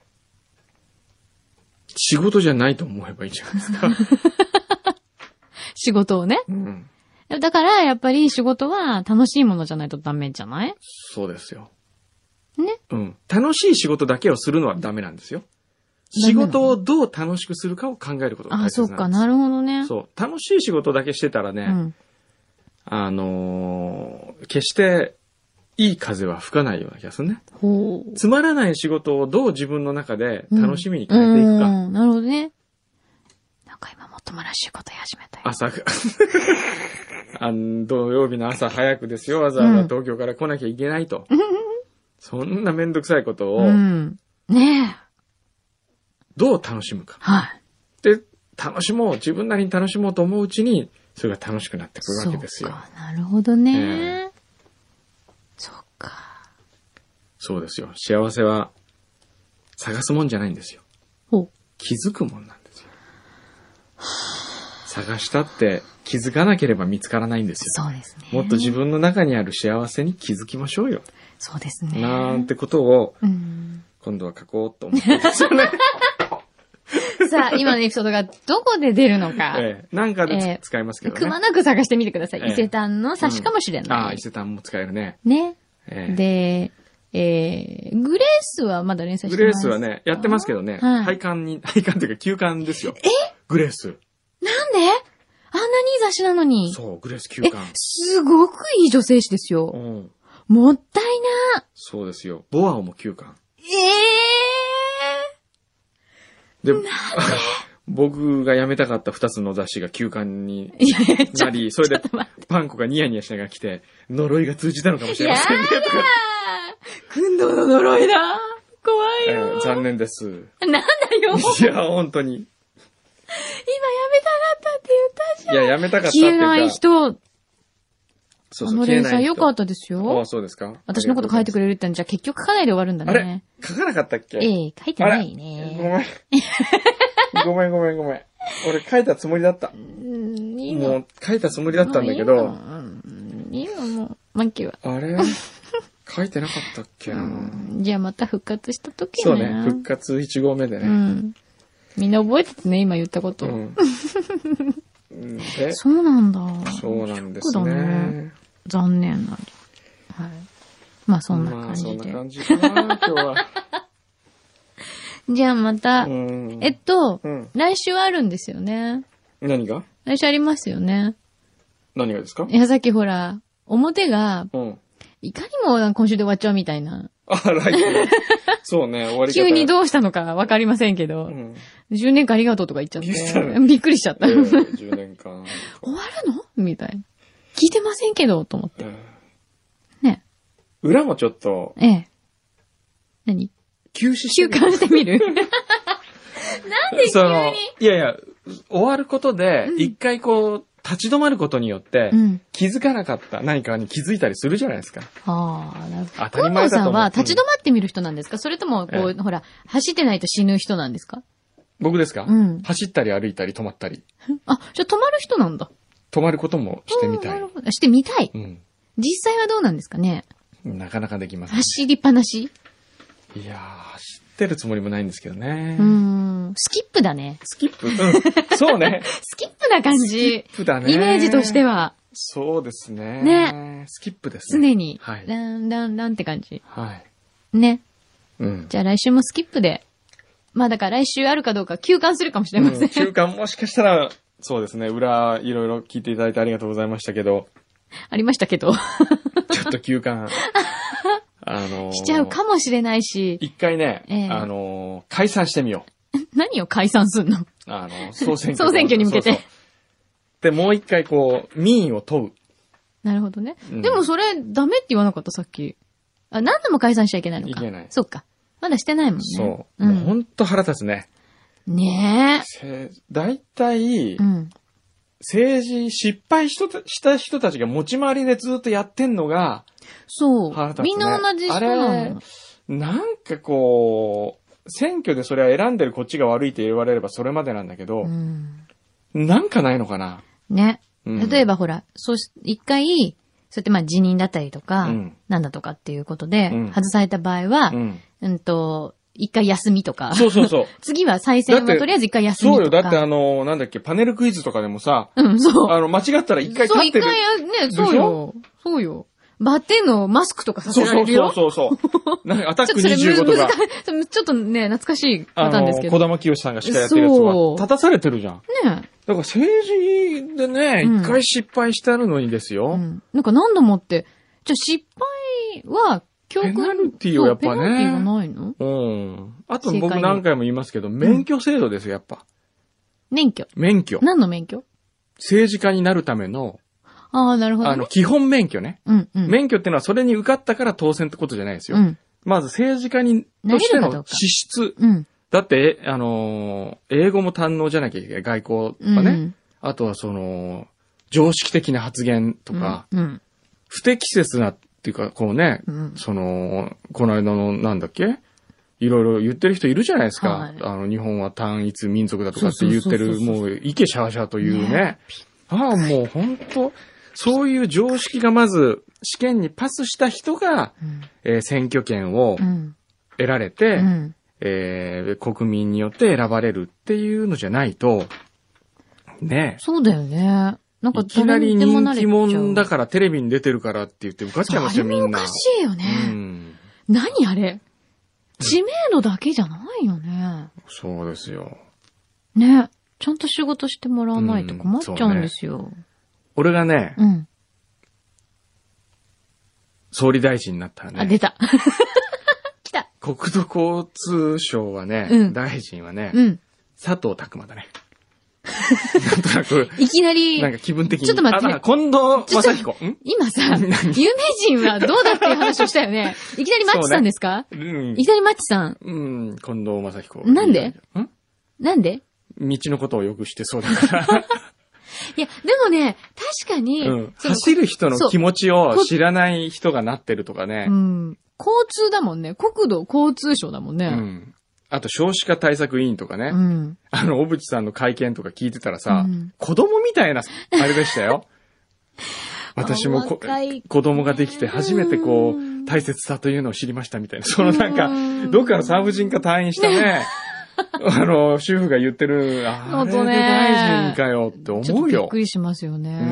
[SPEAKER 2] 仕事じゃないと思えばいいじゃないですか。仕事をね。うん、だから、やっぱり仕事は楽しいものじゃないとダメじゃない？そうですよ。ね。うん。楽しい仕事だけをするのはダメなんですよ。仕事をどう楽しくするかを考えることが大切なんです。あ、そっか、なるほどね。そう。楽しい仕事だけしてたらね、うん、あのー、決していい風は吹かないような気がするね。ほう。つまらない仕事をどう自分の中で楽しみに変えていくか。うん、うん、なるほどね。なんか今もっともらしいことや始めたよ。朝、あの、土曜日の朝早くですよ。わざわざ東京から来なきゃいけないと。うん、そんなめんどくさいことを。うん、ねえ。どう楽しむか。はい。で、楽しもう。自分なりに楽しもうと思ううちに、それが楽しくなってくるわけですよ。そうか、なるほどね。えー、そうか。そうですよ。幸せは、探すもんじゃないんですよ。ほう。気づくもんなんですよ。探したって気づかなければ見つからないんですよ。そうですね。もっと自分の中にある幸せに気づきましょうよ。そうですね。なんてことを、うん、今度は書こうと思ってるんですよね。さあ、今のエピソードがどこで出るのか。ええ、なんかで、えー、使いますけどね。くまなく探してみてください。えー、伊勢丹の冊子かもしれない。うん、ああ、伊勢丹も使えるね。ね。えー、で、えー、グレースはまだ連載してますか？グレースはね、やってますけどね。はい、廃刊に、廃刊というか休刊ですよ。え？グレース。なんで？あんなにいい雑誌なのに。そう、グレース休刊。え、すごくいい女性誌ですよ。うん。もったいな。そうですよ。ボアオも休刊。ええー。で、僕が辞めたかった二つの雑誌が休刊になり、それでパンコがニヤニヤしながら来て、呪いが通じたのかもしれませんね。やだー。くんどうの呪いだ。怖いよ、えー。残念です。なんだよ。いや、本当に。 いや、やめたかったっていうか。
[SPEAKER 3] 消えない人。
[SPEAKER 2] そうそう、
[SPEAKER 3] あの連載良かったですよ。
[SPEAKER 2] ああ、そうですか。
[SPEAKER 3] 私のこと書いてくれるってんじゃ結局書かないで終わるんだね。
[SPEAKER 2] あれ書かなかったっけ？
[SPEAKER 3] ええ、書いてないね。
[SPEAKER 2] ごめん。ごめんごめんごめん。俺書いたつもりだった。もう書いたつもりだったんだけど。
[SPEAKER 3] 今もう、マンキーは。
[SPEAKER 2] あれ書いてなかったっけな。
[SPEAKER 3] じゃあまた復活した時ね。
[SPEAKER 2] そうね、復活いち号目でね。うん。
[SPEAKER 3] みんな覚えててね、今言ったこと。うん。
[SPEAKER 2] で
[SPEAKER 3] そうなんだ。
[SPEAKER 2] そうなんですね。
[SPEAKER 3] 残念なり。はい。まあそんな感じで。
[SPEAKER 2] まあそんな感じかな、今日は。
[SPEAKER 3] じゃあまた、えっと、うん、来週あるんですよね。
[SPEAKER 2] 何が？
[SPEAKER 3] 来週ありますよね。
[SPEAKER 2] 何がですか？
[SPEAKER 3] いや、さっきほら、表が、うん、いかにも今週で終わっちゃうみたいな。
[SPEAKER 2] あ、来週。そうね、終わり方。
[SPEAKER 3] 急にどうしたのかわかりませんけど、うん、じゅうねんかんありがとうとか言っちゃって、びっくりしちゃった。えー、
[SPEAKER 2] じゅうねんかん。
[SPEAKER 3] 終わるのみたいな。聞いてませんけど、と思って。うん、ね。
[SPEAKER 2] 裏もちょっと。
[SPEAKER 3] ええ。何？
[SPEAKER 2] 休止して
[SPEAKER 3] 休館してみるなんで急に
[SPEAKER 2] いやいや、終わることで、一回こう、立ち止まることによって、うん、気づかなかった何かに気づいたりするじゃないですか。
[SPEAKER 3] ああ、なるほど。
[SPEAKER 2] 当たり前だと思う。
[SPEAKER 3] さんは立ち止まってみる人なんですか？それとも、こう、ええ、ほら、走ってないと死ぬ人なんですか？
[SPEAKER 2] 僕ですか？うん。走ったり歩いたり止まったり。
[SPEAKER 3] あ、じゃあ止まる人なんだ。
[SPEAKER 2] 止まることもしてみたい。
[SPEAKER 3] なるほど。してみたい。うん。実際はどうなんですかね？
[SPEAKER 2] なかなかできません、
[SPEAKER 3] ね。走りっぱなし？
[SPEAKER 2] いやー、知ってるつもりもないんですけどね。
[SPEAKER 3] うーん。スキップだね。
[SPEAKER 2] スキップ？うん。そうね。
[SPEAKER 3] スキップな感じ。
[SPEAKER 2] スキップだね。
[SPEAKER 3] イメージとしては。
[SPEAKER 2] そうですね。
[SPEAKER 3] ね。
[SPEAKER 2] スキップですね。
[SPEAKER 3] 常に。はい。ランランランって感じ。
[SPEAKER 2] はい。
[SPEAKER 3] ね。
[SPEAKER 2] うん。
[SPEAKER 3] じゃあ来週もスキップで。まあだから来週あるかどうか休館するかもしれません。うん、
[SPEAKER 2] 休館もしかしたら、そうですね。裏、いろいろ聞いていただいてありがとうございましたけど。
[SPEAKER 3] ありましたけど。
[SPEAKER 2] ちょっと休館。あのー、
[SPEAKER 3] しちゃうかもしれないし。
[SPEAKER 2] 一回ね、えー、あのー、解散してみよ
[SPEAKER 3] う。何を解散すんの？
[SPEAKER 2] あの、総選挙。
[SPEAKER 3] 総選挙に向けて。そうそう
[SPEAKER 2] で、もう一回こう、民意を問う。
[SPEAKER 3] なるほどね。うん、でもそれ、ダメって言わなかった、さっき。あ、何度も解散しちゃいけないのか。
[SPEAKER 2] いけない。
[SPEAKER 3] そっか。まだしてないもんね。
[SPEAKER 2] そう。うん、もうほんと腹立つね。
[SPEAKER 3] ね
[SPEAKER 2] え。だいたい、うん、政治失敗した人たちが持ち回りでずっとやってんのが、
[SPEAKER 3] そう。
[SPEAKER 2] 腹立つね。
[SPEAKER 3] みんな同じ人なの。あれ、
[SPEAKER 2] なんかこう、選挙でそれは選んでるこっちが悪いって言われればそれまでなんだけど、うん、なんかないのかな。
[SPEAKER 3] ね。うん、例えばほら、そうし、一回、そうやってまあ辞任だったりとか、うん、なんだとかっていうことで、外された場合は、うん、うんと、一回休みとか。
[SPEAKER 2] そうそうそう。
[SPEAKER 3] 次は再選はとりあえず一回休みとか。
[SPEAKER 2] そうよ。だってあの、なんだっけ、パネルクイズとかでもさ、
[SPEAKER 3] うん、そう。
[SPEAKER 2] あの、間違ったら一回立ってる。
[SPEAKER 3] そう、一回や、ね、そうよ。そうよ。バッテンのマスクとかさせられるよ。
[SPEAKER 2] そうそうそうそう。なんかアタックにじゅうごとか。
[SPEAKER 3] ちょっとね、懐かしいパターンですけど。
[SPEAKER 2] 小玉清さんが司会やってるやつは、立たされてるじゃん。ね
[SPEAKER 3] え。
[SPEAKER 2] だから政治でね、一、うん、回失敗してあるのにですよ、うん。
[SPEAKER 3] なんか何度もって、じゃあ失敗は、教訓
[SPEAKER 2] ペナルティーをやっぱね。
[SPEAKER 3] ペナルティーがないの？
[SPEAKER 2] うん。あと僕何回も言いますけど、免許制度ですよ、やっぱ。
[SPEAKER 3] 免許。
[SPEAKER 2] 免許。
[SPEAKER 3] 何の免許？
[SPEAKER 2] 政治家になるための、
[SPEAKER 3] ああ、なるほど、ね。
[SPEAKER 2] あの、基本免許ね。
[SPEAKER 3] うんうん。
[SPEAKER 2] 免許ってのはそれに受かったから当選ってことじゃないですよ。うん。まず政治家に、としての資質。うん。だって、あのー、英語も堪能じゃなきゃいけない。外交とかね。うん、あとはその、常識的な発言とか、うんうん、不適切なっていうか、こうね、うん、その、この間のなんだっけいろいろ言ってる人いるじゃないですか。はい、あの、日本は単一民族だとかって言ってる、もう、イケシャーシャーというね。ねああ、もう本当そういう常識がまず試験にパスした人が、うんえー、選挙権を得られて、うんえー、国民によって選ばれるっていうのじゃないと、ね。
[SPEAKER 3] そうだよね。なんか
[SPEAKER 2] いきなり人気者だからテレビに出てるからって言って受かっちゃいますよ、みんな。
[SPEAKER 3] おかしいよね。うん、何あれ知名度だけじゃないよね。
[SPEAKER 2] そうですよ。
[SPEAKER 3] ね。ちゃんと仕事してもらわないと困っちゃうんですよ。うんね、
[SPEAKER 2] 俺がね、
[SPEAKER 3] うん、
[SPEAKER 2] 総理大臣になったらね。
[SPEAKER 3] あ、出た。来た。
[SPEAKER 2] 国土交通省はね、うん、大臣はね、うん、佐藤拓磨だね。なんとなく。
[SPEAKER 3] いきなり。
[SPEAKER 2] なんか気分的に。
[SPEAKER 3] ちょっと待って。
[SPEAKER 2] あ、近藤正彦。
[SPEAKER 3] 今さ、有名人はどうだっていう話をしたよね。いきなりマッチさんですか？うね、うん。いきなりマッチさん。
[SPEAKER 2] うん、近藤正彦。
[SPEAKER 3] なんで？んなんで？
[SPEAKER 2] 道のことをよくしてそうだから。
[SPEAKER 3] いや、でもね、確かに、
[SPEAKER 2] うん、走る人の気持ちを知らない人がなってるとかね。
[SPEAKER 3] うん、交通だもんね。国土交通省だもんね。
[SPEAKER 2] うん。あと少子化対策委員とかね。うん、あの、小渕さんの会見とか聞いてたらさ、うん、子供みたいな、あれでしたよ。私もこ子供ができて初めてこう、大切さというのを知りましたみたいな。そのなんか、どっかの産婦人科退院したね、あの、主婦が言ってる、あれで大臣かよって思うよ。ちょっとびっ
[SPEAKER 3] くりしますよね。うん、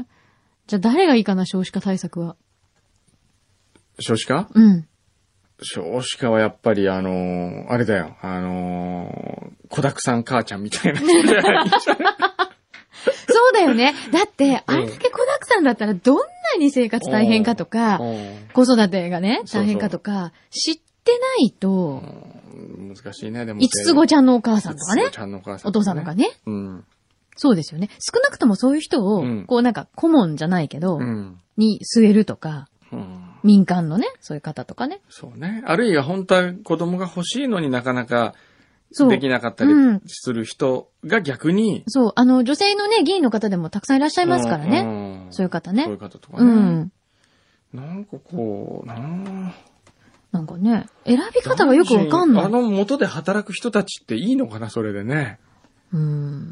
[SPEAKER 3] じゃあ誰がいいかな、少子化対策は。
[SPEAKER 2] 少子化？
[SPEAKER 3] うん。
[SPEAKER 2] 少子化はやっぱりあのー、あれだよ、あのー、子だくさん母ちゃんみたいな人じゃない
[SPEAKER 3] そうだよね。だって、あれだけ子だくさんだったらどんなに生活大変かとか、子育てがね、大変かとか、知ってないと、
[SPEAKER 2] 難しいね、でも。
[SPEAKER 3] 五つ子ちゃんのお母さんとかね。
[SPEAKER 2] 五つ子ちゃんのお母さん、
[SPEAKER 3] お父さんとかね。
[SPEAKER 2] うん。
[SPEAKER 3] そうですよね。少なくともそういう人を、こうなんか顧問じゃないけど、に据えるとか、民間のね、そういう方とかね。
[SPEAKER 2] そうね。あるいは本当は子供が欲しいのになかなか、できなかったりする人が逆に、
[SPEAKER 3] そう、うん、あの、女性のね、議員の方でもたくさんいらっしゃいますからね。うん、そういう方ね。
[SPEAKER 2] そういう方とかね。うん。なんかこう、なぁ。
[SPEAKER 3] なんかね、選び方がよくわかんない。
[SPEAKER 2] あの元で働く人たちっていいのかな、それでね。
[SPEAKER 3] うん。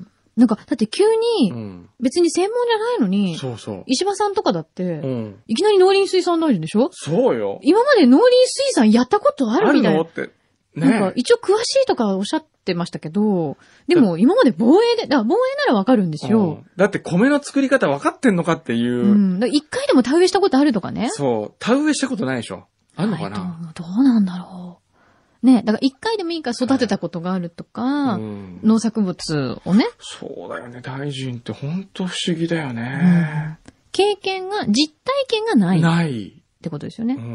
[SPEAKER 3] なんか、だって急に、別に専門じゃないのに、うん、そうそう。石破さんとかだって、うん、いきなり農林水産大臣でしょ？
[SPEAKER 2] そうよ。
[SPEAKER 3] 今まで農林水産やったことあるみたいな。
[SPEAKER 2] あるのって。
[SPEAKER 3] ね、なんか一応詳しいとかおっしゃってましたけど、でも今まで防衛で、だから防衛ならわかるんですよ、うん。
[SPEAKER 2] だって米の作り方分かってんのかっていう。
[SPEAKER 3] うん。一回でも田植えしたことあるとかね。
[SPEAKER 2] そう。田植えしたことないでしょ。あんのかな、
[SPEAKER 3] どうなんだろう。ね。だから一回でもいいから育てたことがあるとか、うん、農作物をね。
[SPEAKER 2] そうだよね。大臣って本当不思議だよね、
[SPEAKER 3] うん。経験が、実体験がない。
[SPEAKER 2] ない。
[SPEAKER 3] ってことですよね。うん。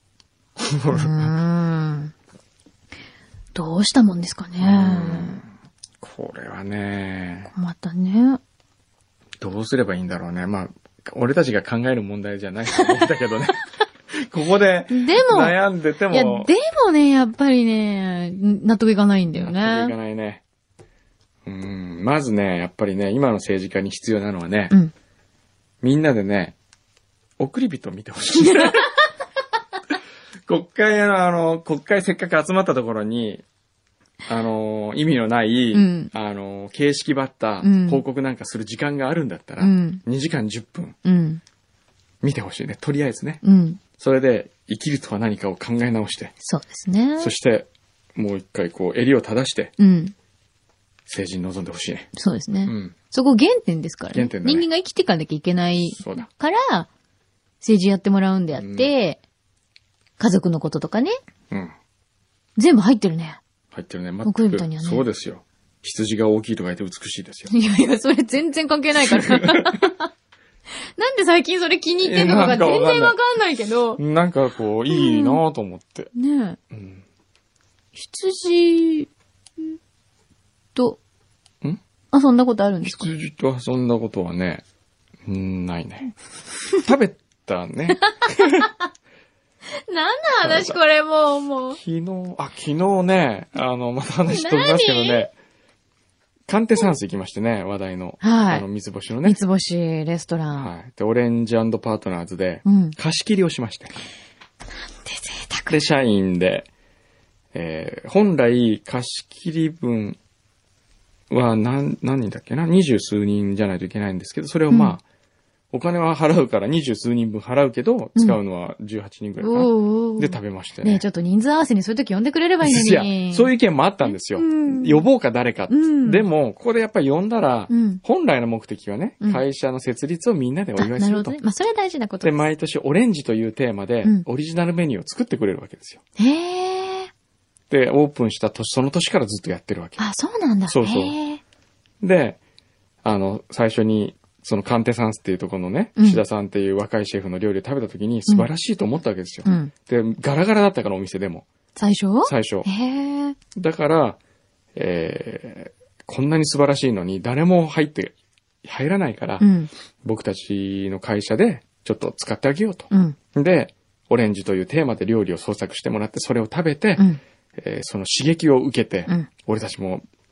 [SPEAKER 3] うんどうしたもんですかね。
[SPEAKER 2] これはね。
[SPEAKER 3] またね。
[SPEAKER 2] どうすればいいんだろうね。まあ、俺たちが考える問題じゃないと思うんだけどね。ここで悩んでても。
[SPEAKER 3] いや、でもね、やっぱりね、納得いかないんだよね。
[SPEAKER 2] 納得いかないね。うん、まずね、やっぱりね、今の政治家に必要なのはね、うん、みんなでね、送り人を見てほしい。国会の、あの、国会せっかく集まったところに、あの、意味のない、うん、あの、形式ばった報告なんかする時間があるんだったら、うん、にじかんじゅっぷん、うん、見てほしいね。とりあえずね。うん、それで、生きるとは何かを考え直して。
[SPEAKER 3] そうですね。
[SPEAKER 2] そして、もう一回こう、襟を正して、うん、政治に臨んでほしいね。
[SPEAKER 3] そうですね。うん、そこ原点ですからね。原点だね。人間が生きていかなきゃいけないから、政治やってもらうんであって、うん家族のこととかね。うん。全部入ってるね。
[SPEAKER 2] 入ってるね。送り人にはね。そうですよ。羊が大きいとか言って美しいですよ。
[SPEAKER 3] いやいや、それ全然関係ないから。なんで最近それ気に入ってんのかが全然わかんないけど。
[SPEAKER 2] なんかこう、いいなぁと思って。
[SPEAKER 3] うん、ねえ。うん。羊と、ん遊んだことあるんですか？
[SPEAKER 2] 羊と遊んだことはね、んないね。食べたね。
[SPEAKER 3] 何の話これもう、もう。
[SPEAKER 2] 昨日、あ、昨日ね、あの、また話飛びますけどね、カンテサンス行きましてね、話題の。はい。あの、三つ星のね。
[SPEAKER 3] 三つ星レストラン。
[SPEAKER 2] はい。で、オレンジ&パートナーズで、うん、貸し切りをしまして。なんて
[SPEAKER 3] 贅沢。
[SPEAKER 2] で、社員で、えー、本来貸し切り分は何、何人だっけな二十数人じゃないといけないんですけど、それをまあ、うんお金は払うから二十数人分払うけど、使うのは十八人ぐらいかな、うん。で食べましてね。
[SPEAKER 3] ねえ、ちょっと人数合わせにそういう時呼んでくれればいいのに。
[SPEAKER 2] いや、そういう意見もあったんですよ。うん、呼ぼうか誰か、うん。でも、ここでやっぱり呼んだら、うん、本来の目的はね、会社の設立をみんなでお祝いすると。なるほどね。
[SPEAKER 3] まあ、それは大事なことです。
[SPEAKER 2] で、毎年オレンジというテーマで、オリジナルメニューを作ってくれるわけですよ。
[SPEAKER 3] へー。
[SPEAKER 2] で、オープンした年、その年からずっとやってるわけ。
[SPEAKER 3] あ、そうなんだ。
[SPEAKER 2] そうそう。で、あの、最初に、そのカンテサンスっていうところのね、うん、志田さんっていう若いシェフの料理を食べた時に素晴らしいと思ったわけですよ。うん、で、ガラガラだったからお店でも。
[SPEAKER 3] 最初
[SPEAKER 2] 最初。
[SPEAKER 3] へー。
[SPEAKER 2] だから、えー、こんなに素晴らしいのに誰も入って、入らないから、うん、僕たちの会社でちょっと使ってあげようと。うん、で、オレンジというテーマで料理を創作してもらって、それを食べて、うんえー、その刺激を受けて、うん、俺たちも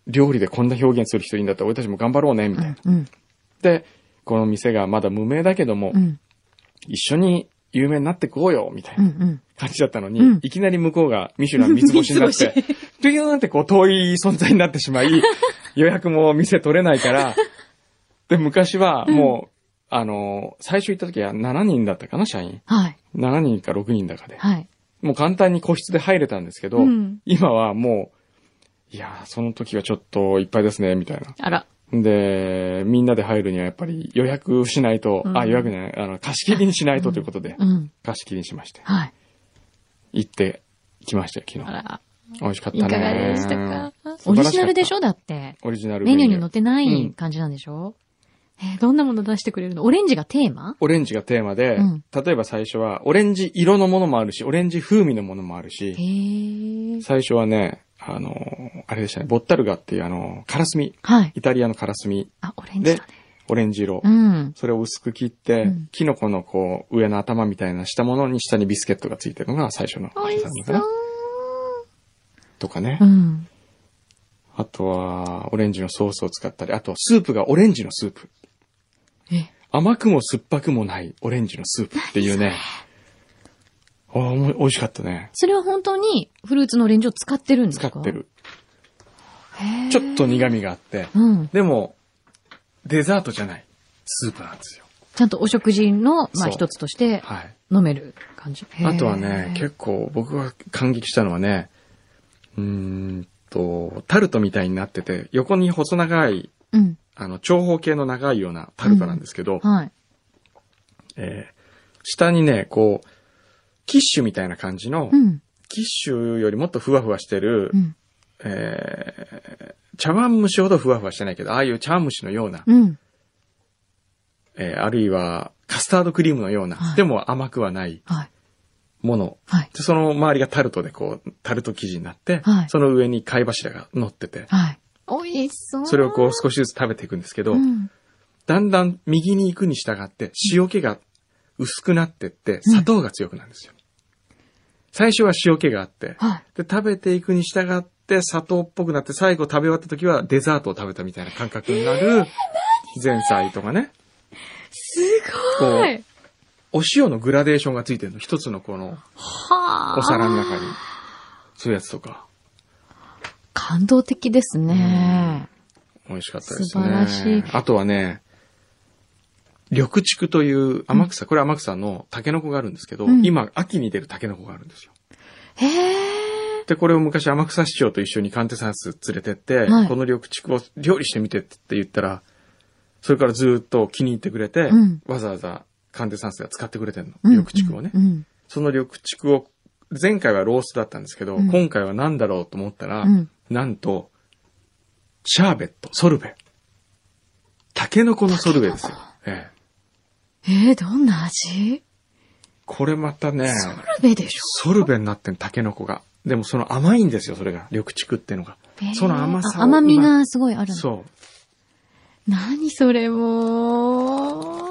[SPEAKER 2] 料理でこんな表現する人いるんだったら俺たちも頑張ろうね、みたいな。うんうん、で、この店がまだ無名だけども、うん、一緒に有名になってこうよ、みたいな感じだったのに、うんうん、いきなり向こうがミシュラン三つ星になって、ピューンってこう遠い存在になってしまい、予約も店取れないから、で、昔はもう、うん、あの、最初行った時はしちにんだったかな、社員。はい。しちにんかろくにんだかで。はい。もう簡単に個室で入れたんですけど、うん、今はもう、いやー、その時はちょっといっぱいですね、みたいな。
[SPEAKER 3] あら。
[SPEAKER 2] で、みんなで入るにはやっぱり予約しないと、うん、あ、予約ね、あの、貸し切りにしないとということで、うん、貸し切りにしまして。はい。行ってきましたよ、昨日。あら。美味しかったね。
[SPEAKER 3] いかがでしたか？オリジナルでしょだって。
[SPEAKER 2] オリジナル
[SPEAKER 3] メニューに載ってない感じなんでしょ、うん、えー、どんなもの出してくれるの？オレンジがテーマ？
[SPEAKER 2] オレンジがテーマで、うん、例えば最初はオレンジ色のものもあるし、オレンジ風味のものもあるし、へー、最初はね、あの、あれでしたね、ボッタルガっていうあの、カラスミ。はい。イタリアのカラスミ。
[SPEAKER 3] あ、オレンジだね。
[SPEAKER 2] オレンジ色。うん。それを薄く切って、うん、キノコのこう、上の頭みたいなしたものに下にビスケットがついてるのが最初の。
[SPEAKER 3] おいしそう。
[SPEAKER 2] とかね。うん。あとは、オレンジのソースを使ったり、あとスープがオレンジのスープ。え？甘くも酸っぱくもないオレンジのスープっていうね。ああ、美味しかったね。
[SPEAKER 3] それは本当にフルーツのオレンジを使ってるんですか？
[SPEAKER 2] 使ってる。へー。ちょっと苦味があって、うん、でも、デザートじゃないスープなんですよ。
[SPEAKER 3] ちゃんとお食事の、まあ一つとして飲める感じ。
[SPEAKER 2] はい、あとはね、結構僕が感激したのはね、うーんと、タルトみたいになってて、横に細長い、うん、あの、長方形の長いようなタルトなんですけど、うん、はい。えー、下にね、こう、キッシュみたいな感じの、うん、キッシュよりもっとふわふわしてる、うん、えー、茶碗蒸しほどふわふわしてないけど、ああいう茶碗蒸しのような、うん、えー、あるいはカスタードクリームのような、はい、でも甘くはないもの、はい、でその周りがタルトでこう、タルト生地になって、はい、その上に貝柱が乗ってて、はい、
[SPEAKER 3] 美味しそう。
[SPEAKER 2] それをこう少しずつ食べていくんですけど、うん、だんだん右に行くに従って塩気が薄くなってって砂糖が強くなるんですよ。うん、最初は塩気があって、はい、で食べていくに従って砂糖っぽくなって最後食べ終わった時はデザートを食べたみたいな感覚になる前菜とかね。
[SPEAKER 3] すごい。
[SPEAKER 2] お塩のグラデーションがついてるの。一つのこのお皿の中に。そういうやつとか。
[SPEAKER 3] 感動的ですね。
[SPEAKER 2] 美味しかったですね。
[SPEAKER 3] 素晴らしい。
[SPEAKER 2] あとはね、緑竹という天草、うん、これ天草のタケノコがあるんですけど、うん、今秋に出るタケノコがあるんですよ。
[SPEAKER 3] へー。
[SPEAKER 2] で、これを昔天草市長と一緒にカンテサンス連れてって、はい、この緑竹を料理してみてって言ったら、それからずっと気に入ってくれて、うん、わざわざカンテサンスが使ってくれてんの。緑竹をね、うんうん。その緑竹を、前回はローストだったんですけど、うん、今回は何だろうと思ったら、うん、なんと、シャーベット、ソルベ。タケノコのソルベですよ。え
[SPEAKER 3] ええー、どんな味？
[SPEAKER 2] これまたね、
[SPEAKER 3] ソルベでしょ？
[SPEAKER 2] ソルベになってんタケノコが。でもその甘いんですよ、それが。緑竹っていうのが。えー、その甘さを。
[SPEAKER 3] 甘みがすごいあるの。
[SPEAKER 2] そう。
[SPEAKER 3] 何それもう。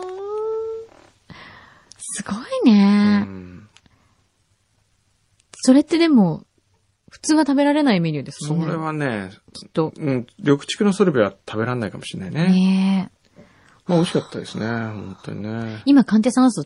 [SPEAKER 3] すごいね。うん、それってでも、普通は食べられないメニューですもんね。
[SPEAKER 2] それはね、
[SPEAKER 3] きっと。
[SPEAKER 2] うん、緑竹のソルベは食べられないかもしれないね。ねえ。まあ美味しかったですね、本当にね。
[SPEAKER 3] 今、カンテサンスって、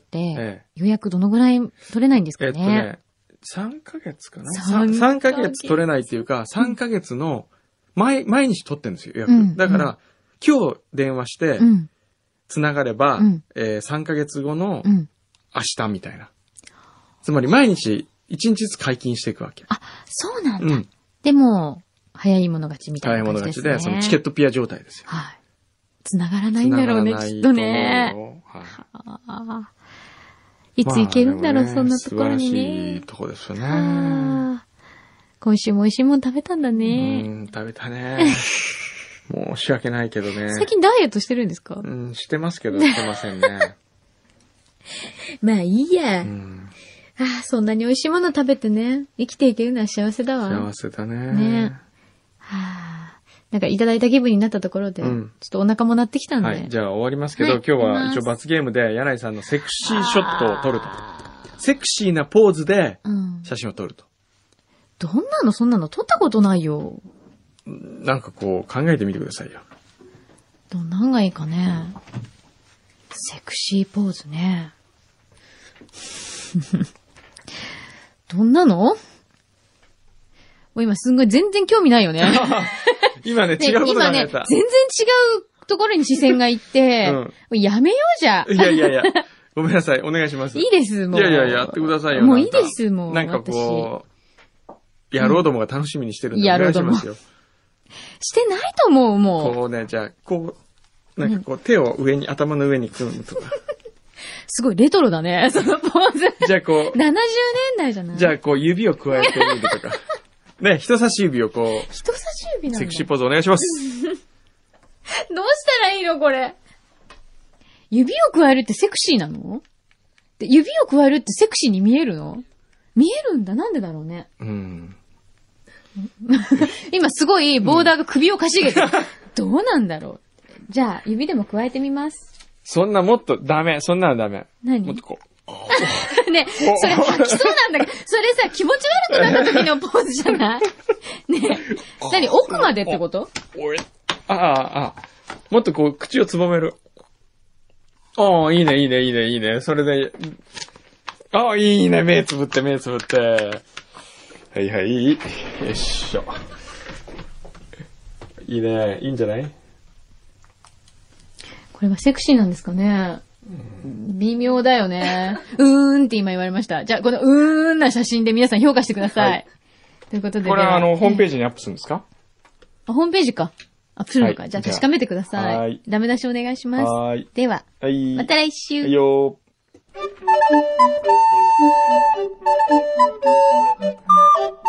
[SPEAKER 3] 予約どのぐらい取れないんですかね。えっとね、
[SPEAKER 2] さんかげつかな ?さん ヶ月取れないっていうか、さんかげつの毎、毎日取ってるんですよ、予約。うん、だから、うん、今日電話して、つながれば、うん、えー、さんかげつごの明日みたいな。つまり毎日いちにちずつ解禁していくわけ。
[SPEAKER 3] あ、そうなんだ。うん、でも、早い者勝ちみたいな感じですね。
[SPEAKER 2] 早い者勝ちで、そのチケットピア状態ですよ。
[SPEAKER 3] はい。繋がらないんだろうね、きっとね。はい。いつ行けるんだろう、まあね、そんなところにね。素晴らしいとこですよね。今週も美味しいもん食べたんだね。
[SPEAKER 2] うん、食べたね。申し訳ないけどね。
[SPEAKER 3] 最近ダイエットしてるんですか？
[SPEAKER 2] うん、してますけど、してませんね。
[SPEAKER 3] まあいいや。うん、ああ、そんなに美味しいもの食べてね、生きていけるのは幸せだわ。
[SPEAKER 2] 幸せだね。
[SPEAKER 3] ね。はあ。なんかいただいた気分になったところで、うん、ちょっとお腹も鳴ってきたんで。は
[SPEAKER 2] い。じゃあ終わりますけど、はい、今日は一応罰ゲームで柳井さんのセクシーショットを撮ると。セクシーなポーズで写真を撮ると。
[SPEAKER 3] うん、どんなのそんなの撮ったことないよ。
[SPEAKER 2] なんかこう考えてみてくださいよ。
[SPEAKER 3] どんなんがいいかね。セクシーポーズね。どんなの？もう今すんごい全然興味ないよね。
[SPEAKER 2] 今ね、違うこと考えた。今ね、
[SPEAKER 3] 全然違うところに視線がいって、うん、やめようじゃ。
[SPEAKER 2] いやいやいや、ごめんなさい、お願いします。
[SPEAKER 3] いいです、もう。
[SPEAKER 2] いやいや、やってくださいよ。
[SPEAKER 3] もういいです、もう。
[SPEAKER 2] なんかこう、野郎どもが楽しみにしてるんで、お願いしますよ。
[SPEAKER 3] してないと思う、も
[SPEAKER 2] う。こうね、じゃあ、こう、なんかこう、手を上に、頭の上に組むとか。
[SPEAKER 3] すごいレトロだね、そのポーズ。
[SPEAKER 2] じゃあこう。
[SPEAKER 3] ななじゅうねんだいじゃない？
[SPEAKER 2] じゃあこう、指を加えてみるとか。ね、人差し指をこう。
[SPEAKER 3] 人差し指なんだ。
[SPEAKER 2] セクシーポーズお願いします。
[SPEAKER 3] どうしたらいいのこれ。指を加えるってセクシーなの？で指を加えるってセクシーに見えるの？見えるんだ。なんでだろうね。
[SPEAKER 2] うん。
[SPEAKER 3] 今すごいボーダーが首をかしげてる。どうなんだろう。じゃあ指でも加えてみます。
[SPEAKER 2] そんなもっとダメ。そんなのダメ。
[SPEAKER 3] 何？
[SPEAKER 2] もっとこ
[SPEAKER 3] う。ね、それ吐きそうなんだけど、それさ、気持ち悪くなった時のポーズじゃないねえ。何？奥までってこと？
[SPEAKER 2] おい。ああ、ああ。もっとこう、口をつぼめる。ああ、いいね、いいね、いいね、いいね。それで、ああ、いいね、目つぶって、目つぶって。はいはい。よいしょ。いいね、いいんじゃない？
[SPEAKER 3] これはセクシーなんですかね。微妙だよね。うーんって今言われました。じゃあ、このうーんな写真で皆さん評価してください。はい、ということで、ね。
[SPEAKER 2] これはあの、ホームページにアップするんですか？
[SPEAKER 3] あ、ホームページか。アップするのか。はい、じゃあ確かめてください。
[SPEAKER 2] はい。
[SPEAKER 3] ダメ出しお願いします。
[SPEAKER 2] はい。
[SPEAKER 3] では。
[SPEAKER 2] はい。
[SPEAKER 3] また来週。
[SPEAKER 2] はいよー。